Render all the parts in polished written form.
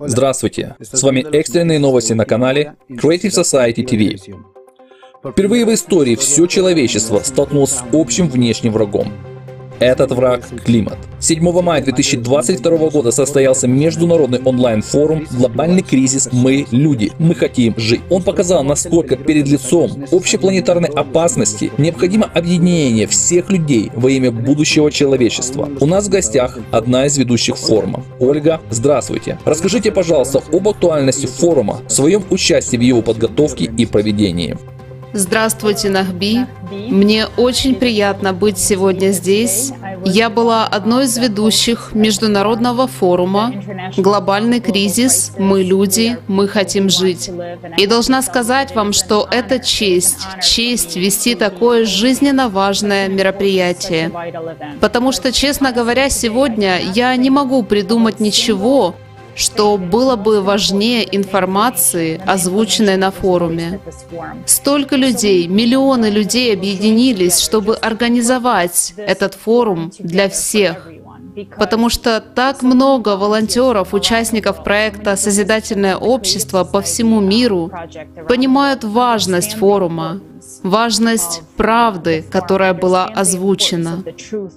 Здравствуйте, с вами экстренные новости на канале Creative Society TV. Впервые в истории все человечество столкнулось с общим внешним врагом. Этот враг – климат. 7 мая 2022 года состоялся международный онлайн-форум «Глобальный кризис. Мы – люди. Мы хотим жить». Он показал, насколько перед лицом общепланетарной опасности необходимо объединение всех людей во имя будущего человечества. У нас в гостях одна из ведущих форума. Ольга, здравствуйте. Расскажите, пожалуйста, об актуальности форума, своем участии в его подготовке и проведении. Здравствуйте, Нахби. Мне очень приятно быть сегодня здесь. Я была одной из ведущих международного форума «Глобальный кризис. Мы люди. Мы хотим жить». И должна сказать вам, что это честь вести такое жизненно важное мероприятие. Потому что, честно говоря, сегодня я не могу придумать ничего, что было бы важнее информации, озвученной на форуме. Столько людей, миллионы людей объединились, чтобы организовать этот форум для всех. Потому что так много волонтеров, участников проекта «Созидательное общество» по всему миру понимают важность форума, важность правды, которая была озвучена.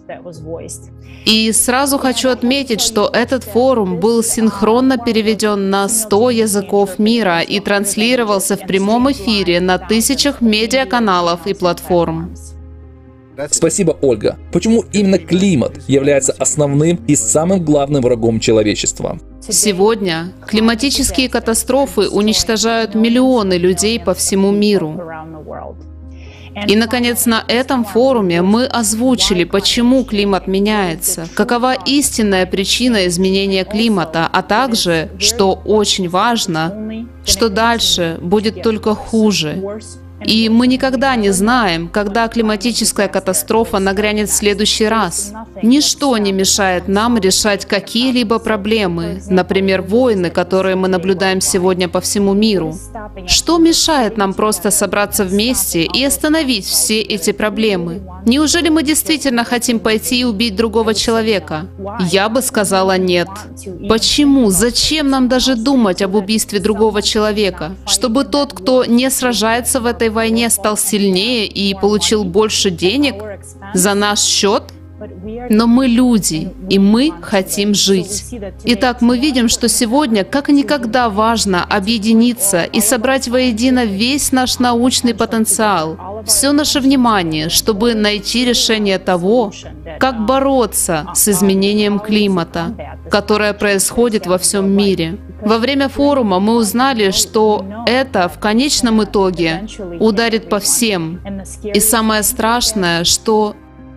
И сразу хочу отметить, что этот форум был синхронно переведен на 100 языков мира и транслировался в прямом эфире на тысячах медиаканалов и платформ. Спасибо, Ольга. Почему именно климат является основным и самым главным врагом человечества? Сегодня климатические катастрофы уничтожают миллионы людей по всему миру. И, наконец, на этом форуме мы озвучили, почему климат меняется, какова истинная причина изменения климата, а также, что очень важно, что дальше будет только хуже. И мы никогда не знаем, когда климатическая катастрофа нагрянет в следующий раз. Ничто не мешает нам решать какие-либо проблемы, например, войны, которые мы наблюдаем сегодня по всему миру. Что мешает нам просто собраться вместе и остановить все эти проблемы? Неужели мы действительно хотим пойти и убить другого человека? Я бы сказала нет. Почему? Зачем нам даже думать об убийстве другого человека? Чтобы тот, кто не сражается в этой войне, стал сильнее и получил больше денег за наш счет? Но мы люди, и мы хотим жить. Итак, мы видим, что сегодня как никогда важно объединиться и собрать воедино весь наш научный потенциал, все наше внимание, чтобы найти решение того, как бороться с изменением климата, которое происходит во всем мире. Во время форума мы узнали, что это в конечном итоге ударит по всем. И самое страшное, что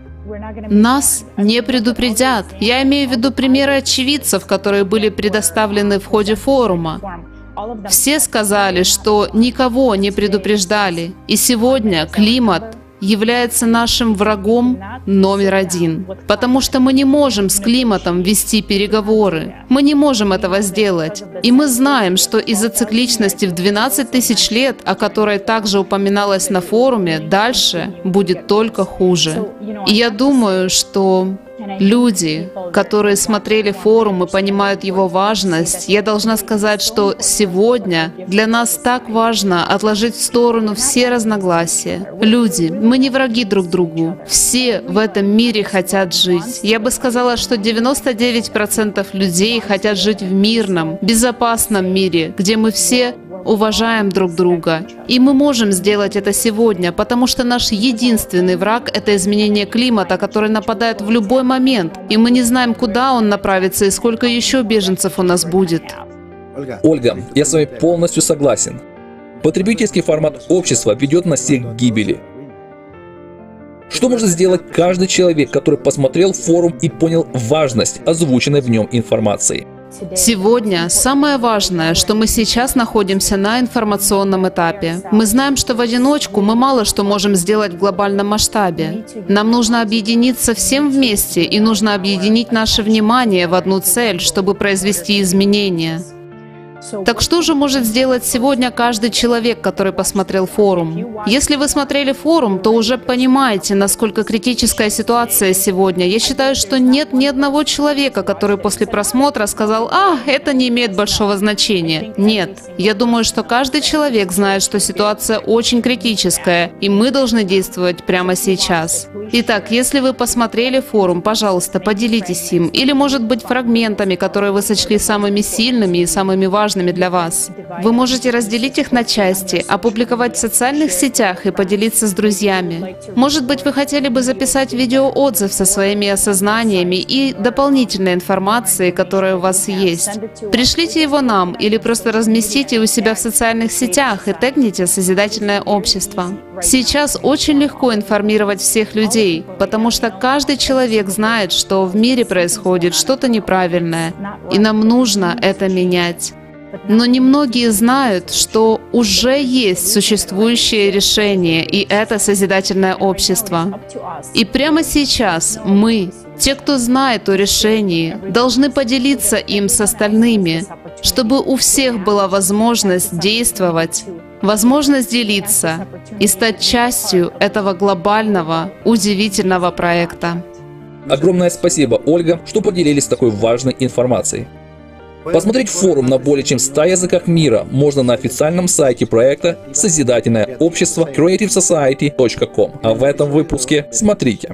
нас не предупредят. Я имею в виду примеры очевидцев, которые были предоставлены в ходе форума. Все сказали, что никого не предупреждали. И сегодня климат является нашим врагом номер один. Потому что мы не можем с климатом вести переговоры. Мы не можем этого сделать. И мы знаем, что из-за цикличности в 12 тысяч лет, о которой также упоминалось на форуме, дальше будет только хуже. И я думаю, что люди, которые смотрели форум и понимают его важность, я должна сказать, что сегодня для нас так важно отложить в сторону все разногласия. Люди, мы не враги друг другу. Все в этом мире хотят жить. Я бы сказала, что 99% людей хотят жить в мирном, безопасном мире, где мы все уважаем друг друга. И мы можем сделать это сегодня, потому что наш единственный враг — это изменение климата, который нападает в любой момент. И мы не знаем, куда он направится и сколько еще беженцев у нас будет. Ольга, я с вами полностью согласен. Потребительский формат общества ведет нас всех к гибели. Что может сделать каждый человек, который посмотрел форум и понял важность озвученной в нем информации? Сегодня самое важное, что мы сейчас находимся на информационном этапе. Мы знаем, что в одиночку мы мало что можем сделать в глобальном масштабе. Нам нужно объединиться всем вместе, и нужно объединить наше внимание в одну цель, чтобы произвести изменения. Так что же может сделать сегодня каждый человек, который посмотрел форум? Если вы смотрели форум, то уже понимаете, насколько критическая ситуация сегодня. Я считаю, что нет ни одного человека, который после просмотра сказал: это не имеет большого значения. Нет. Я думаю, что каждый человек знает, что ситуация очень критическая, и мы должны действовать прямо сейчас. Итак, если вы посмотрели форум, пожалуйста, поделитесь им, или, может быть, фрагментами, которые вы сочли самыми сильными и самыми важными для вас. Вы можете разделить их на части, опубликовать в социальных сетях и поделиться с друзьями. Может быть, вы хотели бы записать видеоотзыв со своими осознаниями и дополнительной информацией, которая у вас есть. Пришлите его нам или просто разместите у себя в социальных сетях и тегните «Созидательное общество». Сейчас очень легко информировать всех людей, потому что каждый человек знает, что в мире происходит что-то неправильное, и нам нужно это менять. Но немногие знают, что уже есть существующее решение, и это созидательное общество. И прямо сейчас мы, те, кто знает о решении, должны поделиться им с остальными, чтобы у всех была возможность действовать, возможность делиться и стать частью этого глобального, удивительного проекта. Огромное спасибо, Ольга, что поделились такой важной информацией. Посмотреть форум на более чем 100 языках мира можно на официальном сайте проекта «Созидательное общество» creativesociety.com. А в этом выпуске смотрите.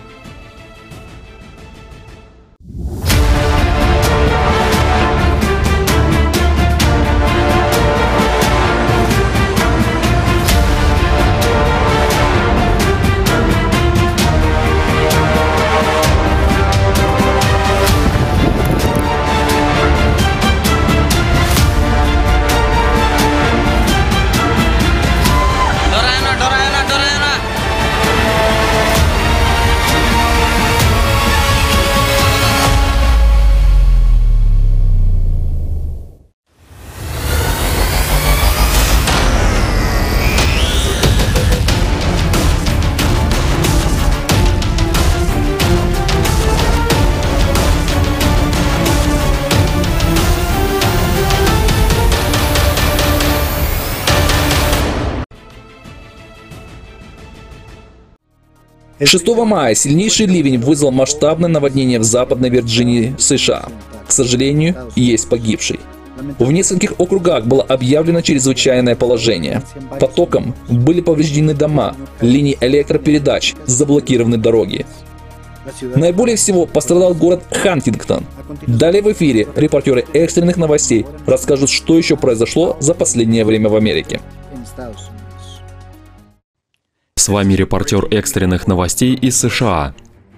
С 6 мая сильнейший ливень вызвал масштабное наводнение в Западной Вирджинии, США. К сожалению, есть погибший. В нескольких округах было объявлено чрезвычайное положение. Потоком были повреждены дома, линии электропередач, заблокированы дороги. Наиболее всего пострадал город Хантингтон. Далее в эфире репортеры экстренных новостей расскажут, что еще произошло за последнее время в Америке. С вами репортер экстренных новостей из США.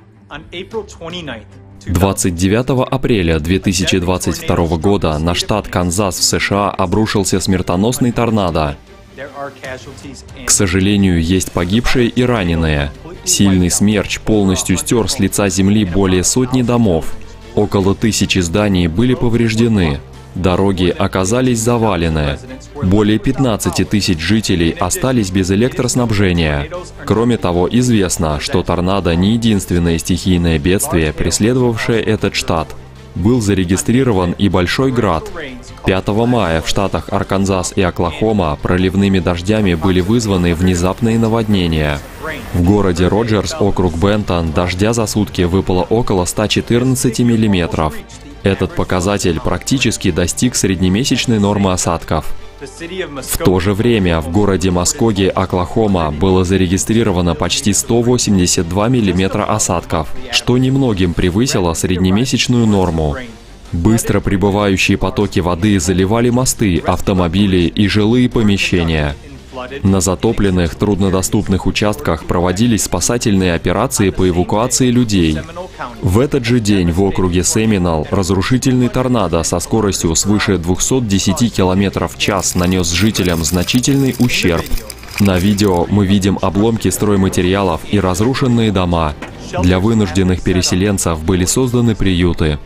29 апреля 2022 года на штат Канзас в США обрушился смертоносный торнадо. К сожалению, есть погибшие и раненые. Сильный смерч полностью стер с лица земли более сотни домов. Около 1000 зданий были повреждены. Дороги оказались завалены. Более 15 тысяч жителей остались без электроснабжения. Кроме того, известно, что торнадо не единственное стихийное бедствие, преследовавшее этот штат. Был зарегистрирован и большой град. 5 мая в штатах Арканзас и Оклахома проливными дождями были вызваны внезапные наводнения. В городе Роджерс, округ Бентон, дождя за сутки выпало около 114 миллиметров. Этот показатель практически достиг среднемесячной нормы осадков. В то же время в городе Маскоги, Оклахома, было зарегистрировано почти 182 миллиметра осадков, что немногим превысило среднемесячную норму. Быстро прибывающие потоки воды заливали мосты, автомобили и жилые помещения. На затопленных, труднодоступных участках проводились спасательные операции по эвакуации людей. В этот же день в округе Семинол разрушительный торнадо со скоростью свыше 210 км в час нанес жителям значительный ущерб. На видео мы видим обломки стройматериалов и разрушенные дома. Для вынужденных переселенцев были созданы приюты.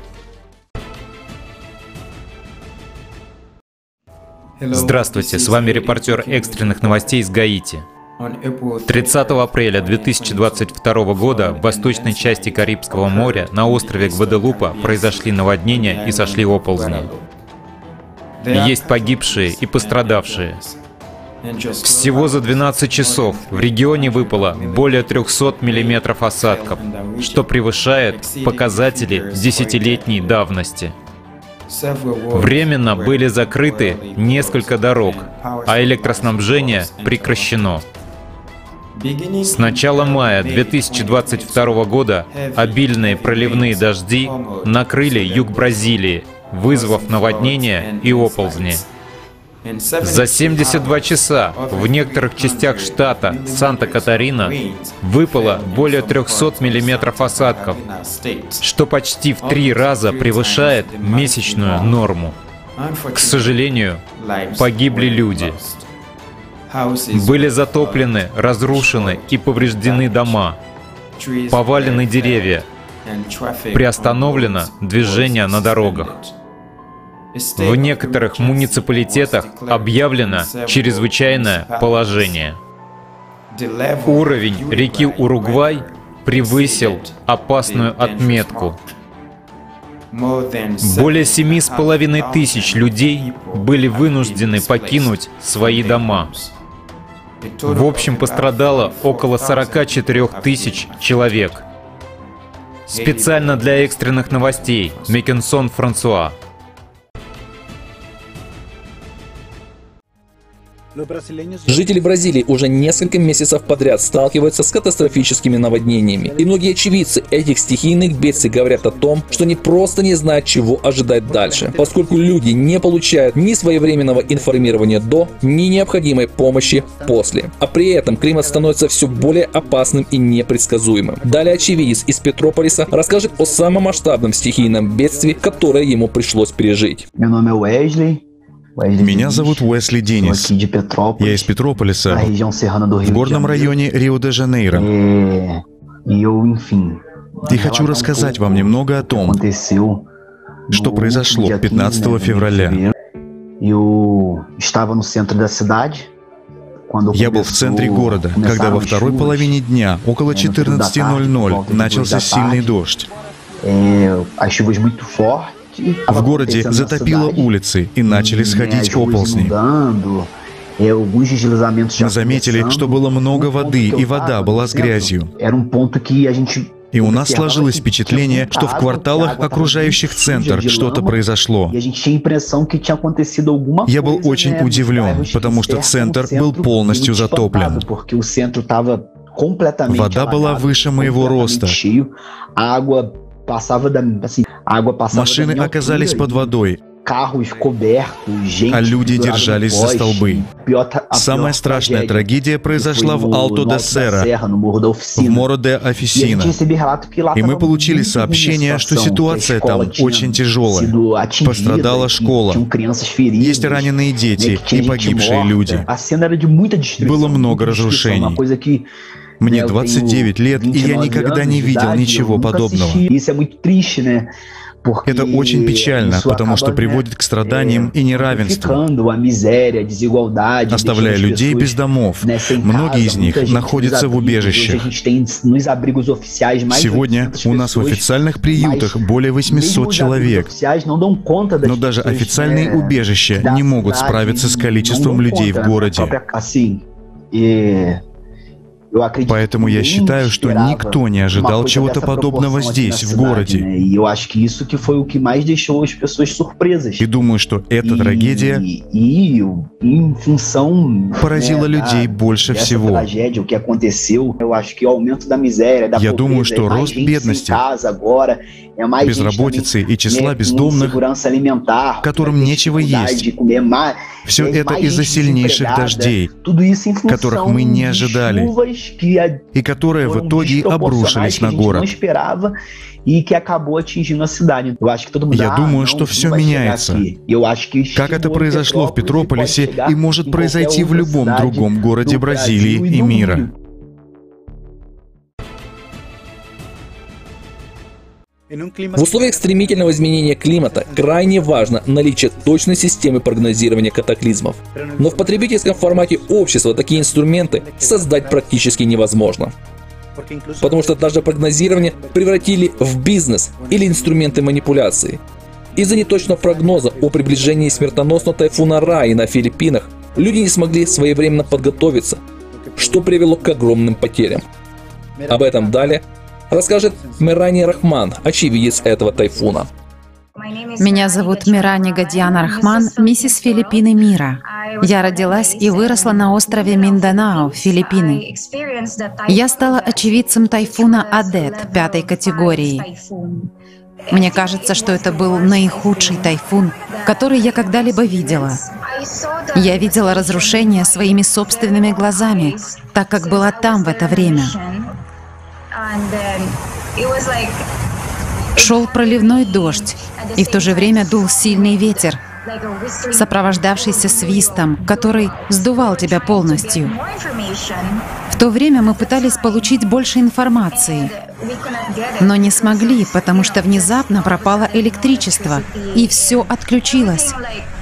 Здравствуйте, с вами репортер экстренных новостей из Гаити. 30 апреля 2022 года в восточной части Карибского моря на острове Гваделупа произошли наводнения и сошли оползни. Есть погибшие и пострадавшие. Всего за 12 часов в регионе выпало более 300 миллиметров осадков, что превышает показатели десятилетней давности. Временно были закрыты несколько дорог, а электроснабжение прекращено. С начала мая 2022 года обильные проливные дожди накрыли юг Бразилии, вызвав наводнения и оползни. За 72 часа в некоторых частях штата Санта-Катарина выпало более 300 миллиметров осадков, что почти в 3 раза превышает месячную норму. К сожалению, погибли люди. Были затоплены, разрушены и повреждены дома, повалены деревья, приостановлено движение на дорогах. В некоторых муниципалитетах объявлено чрезвычайное положение. Уровень реки Уругвай превысил опасную отметку. Более 7,5 тысяч людей были вынуждены покинуть свои дома. В общем, пострадало около 44 тысяч человек. Специально для экстренных новостей Мекенсон Франсуа. Жители Бразилии уже несколько месяцев подряд сталкиваются с катастрофическими наводнениями. И многие очевидцы этих стихийных бедствий говорят о том, что они просто не знают, чего ожидать дальше, поскольку люди не получают ни своевременного информирования до, ни необходимой помощи после. А при этом климат становится все более опасным и непредсказуемым. Далее очевидец из Петрополиса расскажет о самом масштабном стихийном бедствии, которое ему пришлось пережить. Меня зовут Уэсли Денис. Я из Петрополиса, в горном районе Рио-де-Жанейро. И хочу рассказать вам немного о том, что произошло 15 февраля. Я был в центре города, когда во второй половине дня, около 14:00, начался сильный дождь. В городе затопило улицы и начали сходить оползни. Мы заметили, что было много воды, и вода была с грязью. И у нас сложилось впечатление, что в кварталах, окружающих центр, что-то произошло. Я был очень удивлен, потому что центр был полностью затоплен. Вода была выше моего роста. Машины оказались под водой, а люди держались за столбы. Самая страшная трагедия произошла в Алто-де-Сера, в Моро-де-Офисина. И мы получили сообщение, что ситуация там очень тяжелая. Пострадала школа. Есть раненые дети и погибшие люди. Было много разрушений. Мне 29 лет, и я никогда не видел ничего подобного. Это очень печально, потому что приводит к страданиям и неравенству, оставляя людей без домов. Многие из них находятся в убежищах. Сегодня у нас в официальных приютах более 800 человек, но даже официальные убежища не могут справиться с количеством людей в городе. Поэтому я считаю, что никто не ожидал чего-то подобного здесь, в городе. И думаю, что эта трагедия поразила людей больше всего. Я думаю, что рост бедности, безработицы и числа бездомных, которым нечего есть, все это из-за сильнейших дождей, которых мы не ожидали, и которые в итоге обрушились на город. Я думаю, что все меняется. Как это произошло в Петрополисе и может произойти в любом другом городе Бразилии и мира. В условиях стремительного изменения климата крайне важно наличие точной системы прогнозирования катаклизмов. Но в потребительском формате общества такие инструменты создать практически невозможно. Потому что даже прогнозирование превратили в бизнес или инструменты манипуляции. Из-за неточного прогноза о приближении смертоносного тайфуна Раи на Филиппинах люди не смогли своевременно подготовиться, что привело к огромным потерям. Об этом далее расскажет Мирани Рахман, очевидец этого тайфуна. Меня зовут Мирани Гадьяна Рахман, миссис Филиппины мира. Я родилась и выросла на острове Минданао, Филиппины. Я стала очевидцем тайфуна Адет 5-й категории. Мне кажется, что это был наихудший тайфун, который я когда-либо видела. Я видела разрушение своими собственными глазами, так как была там в это время. Шел проливной дождь, и в то же время дул сильный ветер, сопровождавшийся свистом, который сдувал тебя полностью. В то время мы пытались получить больше информации, но не смогли, потому что внезапно пропало электричество, и все отключилось.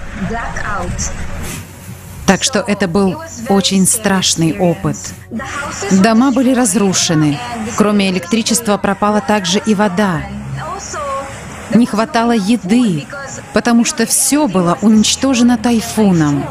Так что это был очень страшный опыт. Дома были разрушены. Кроме электричества пропала также и вода. Не хватало еды, потому что все было уничтожено тайфуном.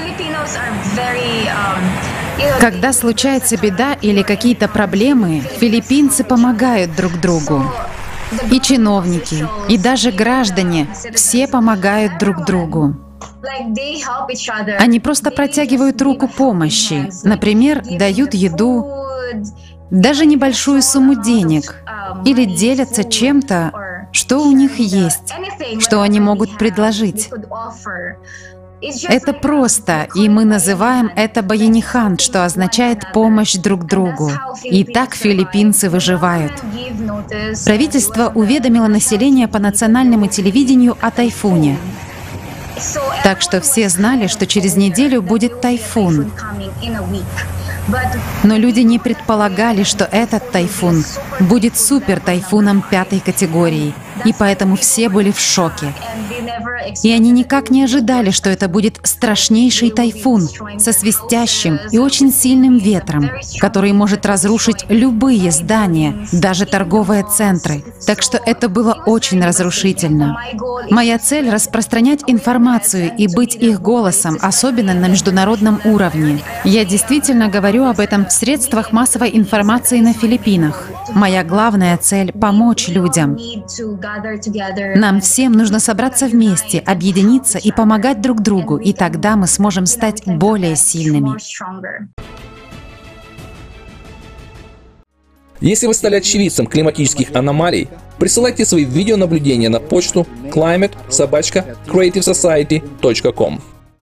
Когда случается беда или какие-то проблемы, филиппинцы помогают друг другу. И чиновники, и даже граждане, все помогают друг другу. Они просто протягивают руку помощи. Например, дают еду, даже небольшую сумму денег, или делятся чем-то, что у них есть, что они могут предложить. Это просто, и мы называем это баянихан, что означает «помощь друг другу». И так филиппинцы выживают. Правительство уведомило население по национальному телевидению о тайфуне. Так что все знали, что через неделю будет тайфун. Но люди не предполагали, что этот тайфун будет супер-тайфуном 5-й категории, и поэтому все были в шоке. И они никак не ожидали, что это будет страшнейший тайфун со свистящим и очень сильным ветром, который может разрушить любые здания, даже торговые центры. Так что это было очень разрушительно. Моя цель — распространять информацию и быть их голосом, особенно на международном уровне. Я действительно говорю об этом в средствах массовой информации на Филиппинах. Моя главная цель — помочь людям. Нам всем нужно собраться вместе, объединиться и помогать друг другу, и тогда мы сможем стать более сильными. Если вы стали очевидцем климатических аномалий, присылайте свои видеонаблюдения на почту climate@creativesociety.com.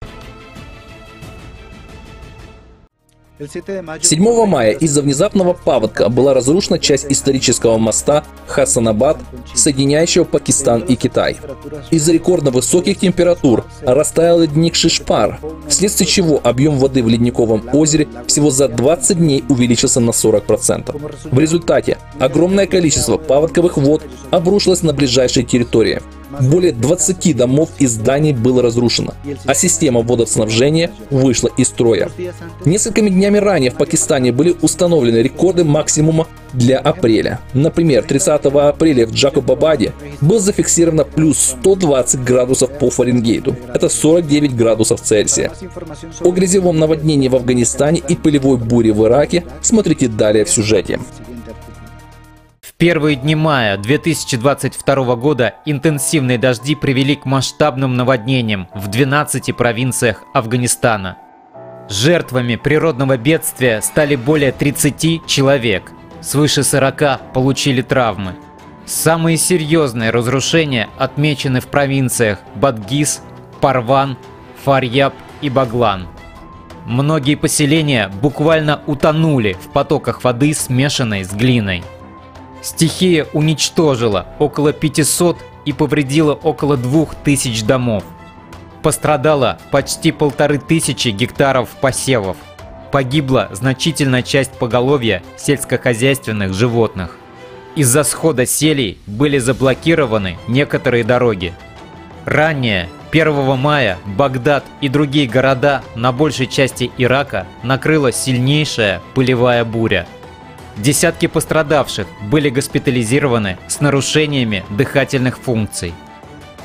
7 мая из-за внезапного паводка была разрушена часть исторического моста Хасанабад, соединяющего Пакистан и Китай. Из-за рекордно высоких температур растаял ледник Шишпар, вследствие чего объем воды в ледниковом озере всего за 20 дней увеличился на 40%. В результате огромное количество паводковых вод обрушилось на ближайшие территории. Более 20 домов и зданий было разрушено, а система водоснабжения вышла из строя. Несколькими днями ранее в Пакистане были установлены рекорды максимума для апреля. Например, 30 апреля в Джакобабаде было зафиксировано плюс 120 градусов по Фаренгейту. Это 49 градусов Цельсия. О грязевом наводнении в Афганистане и пылевой буре в Ираке смотрите далее в сюжете. В первые дни мая 2022 года интенсивные дожди привели к масштабным наводнениям в 12 провинциях Афганистана. Жертвами природного бедствия стали более 30 человек, свыше 40 получили травмы. Самые серьезные разрушения отмечены в провинциях Бадгис, Парван, Фарьяб и Баглан. Многие поселения буквально утонули в потоках воды, смешанной с глиной. Стихия уничтожила около 500 и повредила около 2000 домов. Пострадало почти 1500 гектаров посевов. Погибла значительная часть поголовья сельскохозяйственных животных. Из-за схода селей были заблокированы некоторые дороги. Ранее, 1 мая, Багдад и другие города на большей части Ирака накрыла сильнейшая пылевая буря. Десятки пострадавших были госпитализированы с нарушениями дыхательных функций.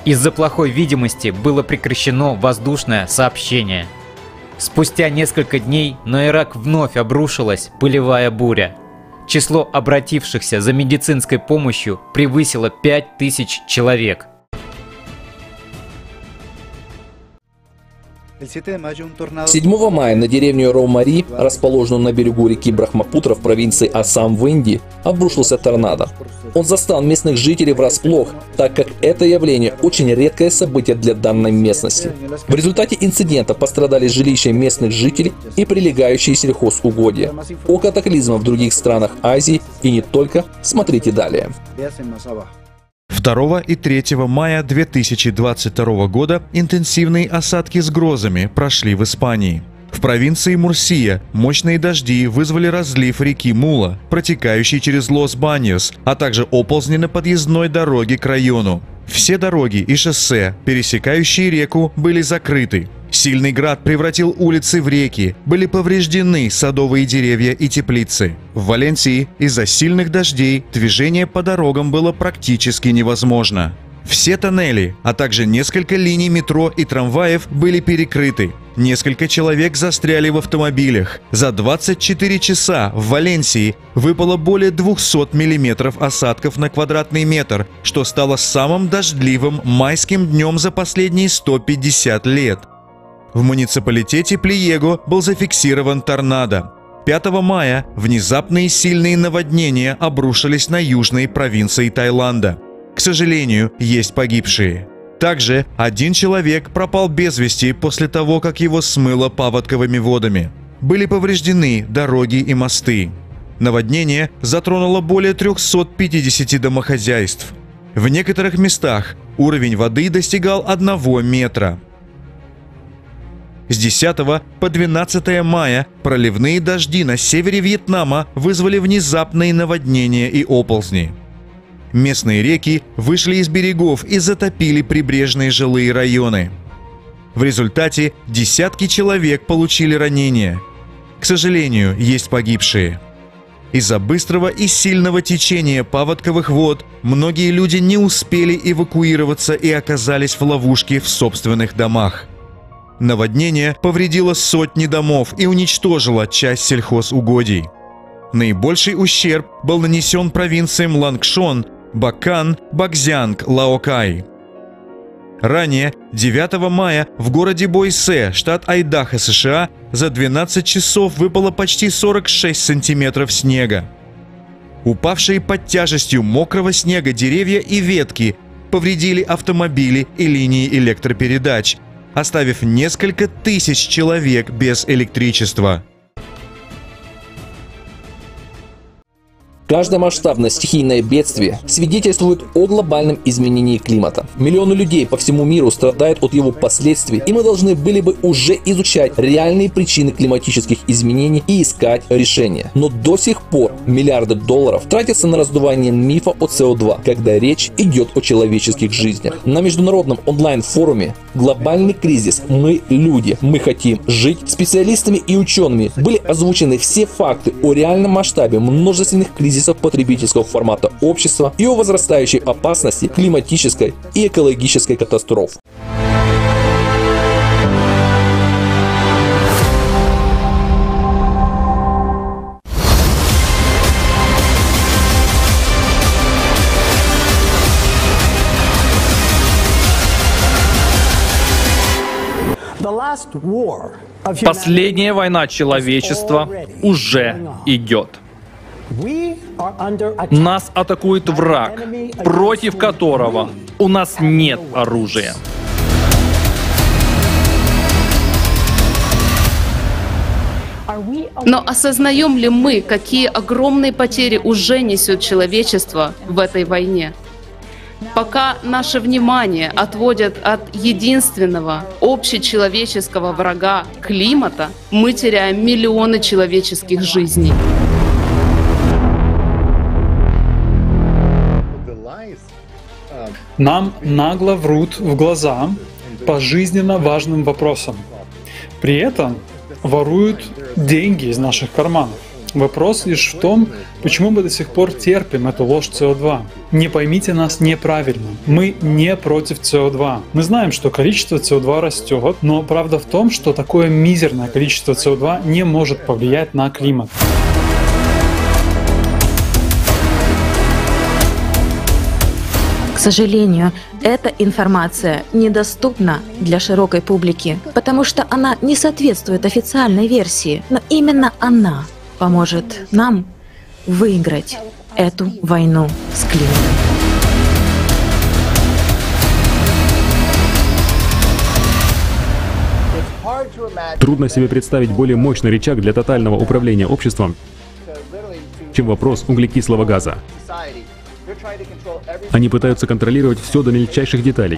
Из-за плохой видимости было прекращено воздушное сообщение. Спустя несколько дней на Ирак вновь обрушилась пылевая буря. Число обратившихся за медицинской помощью превысило 5000 человек. 7 мая на деревню Роу-Мари, расположенную на берегу реки Брахмапутра в провинции Ассам в Индии, обрушился торнадо. Он застал местных жителей врасплох, так как это явление очень редкое событие для данной местности. В результате инцидента пострадали жилища местных жителей и прилегающие сельхозугодья. О катаклизмах в других странах Азии и не только смотрите далее. 2 и 3 мая 2022 года интенсивные осадки с грозами прошли в Испании. В провинции Мурсия мощные дожди вызвали разлив реки Мула, протекающей через Лос-Баньос, а также оползни на подъездной дороге к району. Все дороги и шоссе, пересекающие реку, были закрыты. Сильный град превратил улицы в реки, были повреждены садовые деревья и теплицы. В Валенсии из-за сильных дождей движение по дорогам было практически невозможно. Все тоннели, а также несколько линий метро и трамваев были перекрыты. Несколько человек застряли в автомобилях. За 24 часа в Валенсии выпало более 200 миллиметров осадков на квадратный метр, что стало самым дождливым майским днем за последние 150 лет. В муниципалитете Плиего был зафиксирован торнадо. 5 мая внезапные сильные наводнения обрушились на южные провинции Таиланда. К сожалению, есть погибшие. Также один человек пропал без вести после того, как его смыло паводковыми водами. Были повреждены дороги и мосты. Наводнение затронуло более 350 домохозяйств. В некоторых местах уровень воды достигал 1 метра. С 10 по 12 мая проливные дожди на севере Вьетнама вызвали внезапные наводнения и оползни. Местные реки вышли из берегов и затопили прибрежные жилые районы. В результате десятки человек получили ранения. К сожалению, есть погибшие. Из-за быстрого и сильного течения паводковых вод многие люди не успели эвакуироваться и оказались в ловушке в собственных домах. Наводнение повредило сотни домов и уничтожило часть сельхозугодий. Наибольший ущерб был нанесен провинциям Лангшон, Бакан, Бакзянг, Лаокай. Ранее, 9 мая, в городе Бойсе, штат Айдахо, США, за 12 часов выпало почти 46 сантиметров снега. Упавшие под тяжестью мокрого снега деревья и ветки повредили автомобили и линии электропередач, оставив несколько тысяч человек без электричества. Каждое масштабное стихийное бедствие свидетельствует о глобальном изменении климата. Миллионы людей по всему миру страдают от его последствий, и мы должны были бы уже изучать реальные причины климатических изменений и искать решения. Но до сих пор миллиарды долларов тратятся на раздувание мифа о СО2, когда речь идет о человеческих жизнях. На международном онлайн-форуме «Глобальный кризис. Мы люди. Мы хотим жить» специалистами и учеными были озвучены все факты о реальном масштабе множественных кризисов потребительского формата общества и о возрастающей опасности климатической и экологической катастроф. Последняя война человечества уже идет. Нас атакует враг, против которого у нас нет оружия. Но осознаем ли мы, какие огромные потери уже несет человечество в этой войне? Пока наше внимание отводят от единственного общечеловеческого врага климата, мы теряем миллионы человеческих жизней. Нам нагло врут в глаза по жизненно важным вопросам. При этом воруют деньги из наших карманов. Вопрос лишь в том, почему мы до сих пор терпим эту ложь СО2. Не поймите нас неправильно. Мы не против СО2. Мы знаем, что количество СО2 растет, но правда в том, что такое мизерное количество СО2 не может повлиять на климат. К сожалению, эта информация недоступна для широкой публики, потому что она не соответствует официальной версии. Но именно она поможет нам выиграть эту войну с климатом. Трудно себе представить более мощный рычаг для тотального управления обществом, чем вопрос углекислого газа. Они пытаются контролировать все до мельчайших деталей.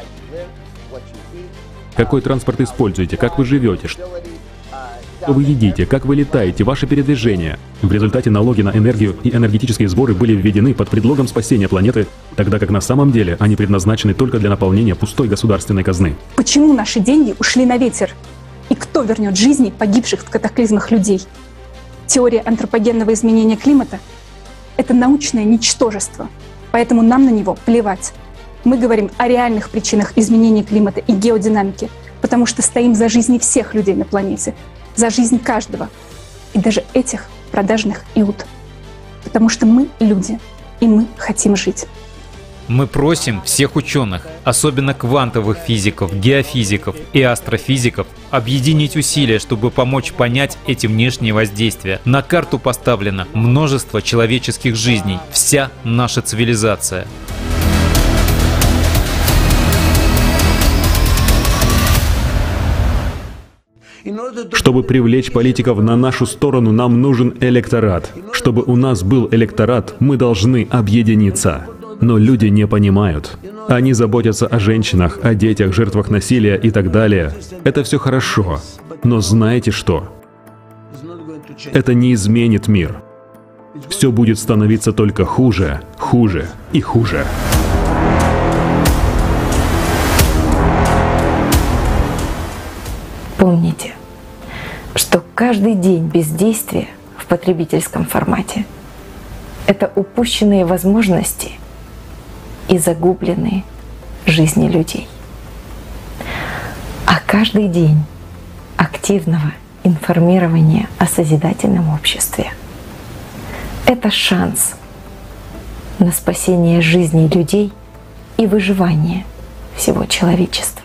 Какой транспорт используете, как вы живете, что вы едите, как вы летаете, ваше передвижение. В результате налоги на энергию и энергетические сборы были введены под предлогом спасения планеты, тогда как на самом деле они предназначены только для наполнения пустой государственной казны. Почему наши деньги ушли на ветер? И кто вернет жизни погибших в катаклизмах людей? Теория антропогенного изменения климата — это научное ничтожество. Поэтому нам на него плевать. Мы говорим о реальных причинах изменения климата и геодинамики, потому что стоим за жизни всех людей на планете, за жизнь каждого, и даже этих продажных иуд. Потому что мы люди, и мы хотим жить. Мы просим всех ученых, особенно квантовых физиков, геофизиков и астрофизиков, объединить усилия, чтобы помочь понять эти внешние воздействия. На карту поставлено множество человеческих жизней, вся наша цивилизация. Чтобы привлечь политиков на нашу сторону, нам нужен электорат. Чтобы у нас был электорат, мы должны объединиться. Но люди не понимают. Они заботятся о женщинах, о детях, жертвах насилия и так далее. Это все хорошо. Но знаете что? Это не изменит мир. Все будет становиться только хуже, хуже и хуже. Помните, что каждый день бездействия в потребительском формате — это упущенные возможности и загубленные жизни людей. А каждый день активного информирования о созидательном обществе — это шанс на спасение жизней людей и выживание всего человечества.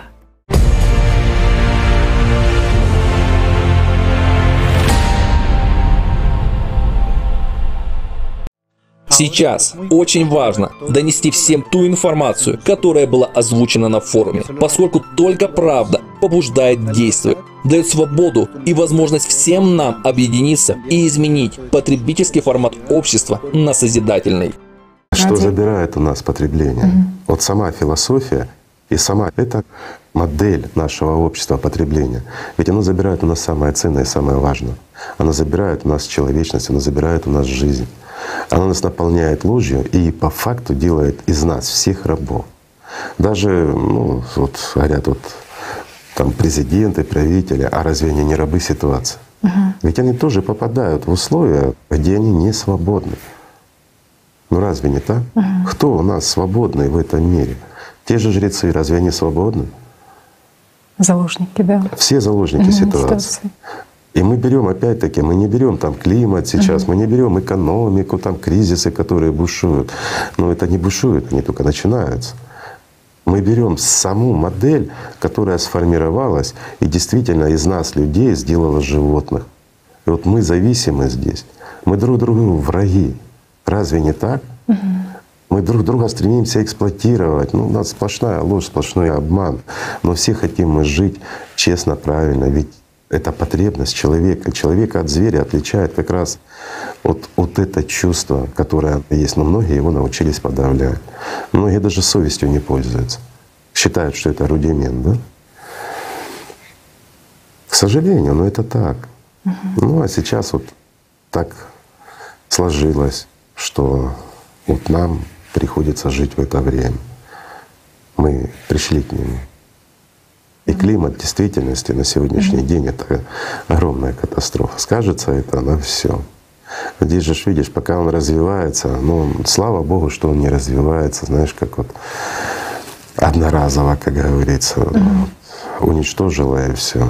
Сейчас очень важно донести всем ту информацию, которая была озвучена на форуме, поскольку только правда побуждает действовать, дает свободу и возможность всем нам объединиться и изменить потребительский формат общества на созидательный. Что забирает у нас потребление? Вот сама философия и сама эта модель нашего общества потребления. Ведь оно забирает у нас самое ценное и самое важное. Оно забирает у нас человечность, оно забирает у нас жизнь. Оно нас наполняет ложью и по факту делает из нас всех рабов. Даже, вот говорят, там президенты, правители, а разве они не рабы ситуации? Ведь они тоже попадают в условия, где они не свободны. Ну разве не так? Кто у нас свободный в этом мире? Те же жрецы, разве они свободны? Заложники, да. Все заложники ситуации. И мы берем, опять-таки, мы не берем там климат сейчас, мы не берем экономику, там кризисы, которые бушуют. Но это не бушует, они только начинаются. Мы берем саму модель, которая сформировалась и действительно из нас, людей, сделала животных. И вот мы зависимы здесь, мы друг другу враги. Разве не так? Мы друг друга стремимся эксплуатировать. У нас сплошная ложь, сплошной обман. Но все хотим мы жить честно, правильно. Ведь это потребность человека. Человека от зверя отличает как раз вот это чувство, которое есть. Но многие его научились подавлять. Многие даже совестью не пользуются. Считают, что это рудимент, да? К сожалению, но это так. А сейчас вот так сложилось, что вот нам приходится жить в это время. Мы пришли к нему. И климат в действительности на сегодняшний день — это огромная катастрофа. Скажется это на все. Здесь же видишь, пока он развивается, ну, слава Богу, что он не развивается, знаешь, как вот одноразово, как говорится, уничтожило и все.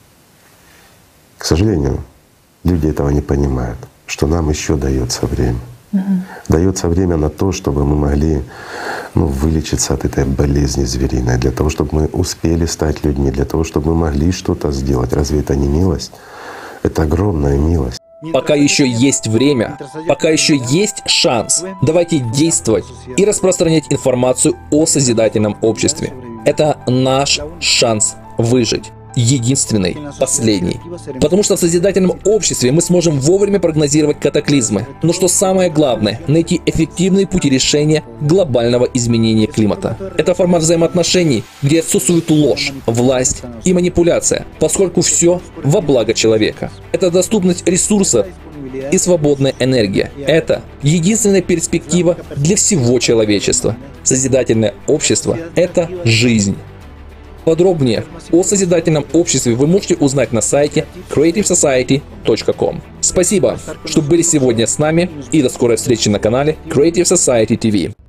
К сожалению, люди этого не понимают, что нам еще дается время. Дается время на то, чтобы мы могли вылечиться от этой болезни звериной, для того, чтобы мы успели стать людьми, для того, чтобы мы могли что-то сделать. Разве это не милость? Это огромная милость. Пока еще есть время, пока еще есть шанс, давайте действовать и распространять информацию о созидательном обществе. Это наш шанс выжить. Единственный, последний. Потому что в созидательном обществе мы сможем вовремя прогнозировать катаклизмы. Но что самое главное, найти эффективные пути решения глобального изменения климата. Это формат взаимоотношений, где отсутствует ложь, власть и манипуляция, поскольку все во благо человека. Это доступность ресурсов и свободная энергия. Это единственная перспектива для всего человечества. Созидательное общество — это жизнь. Подробнее о созидательном обществе вы можете узнать на сайте creativesociety.com. Спасибо, что были сегодня с нами, и до скорой встречи на канале Creative Society TV.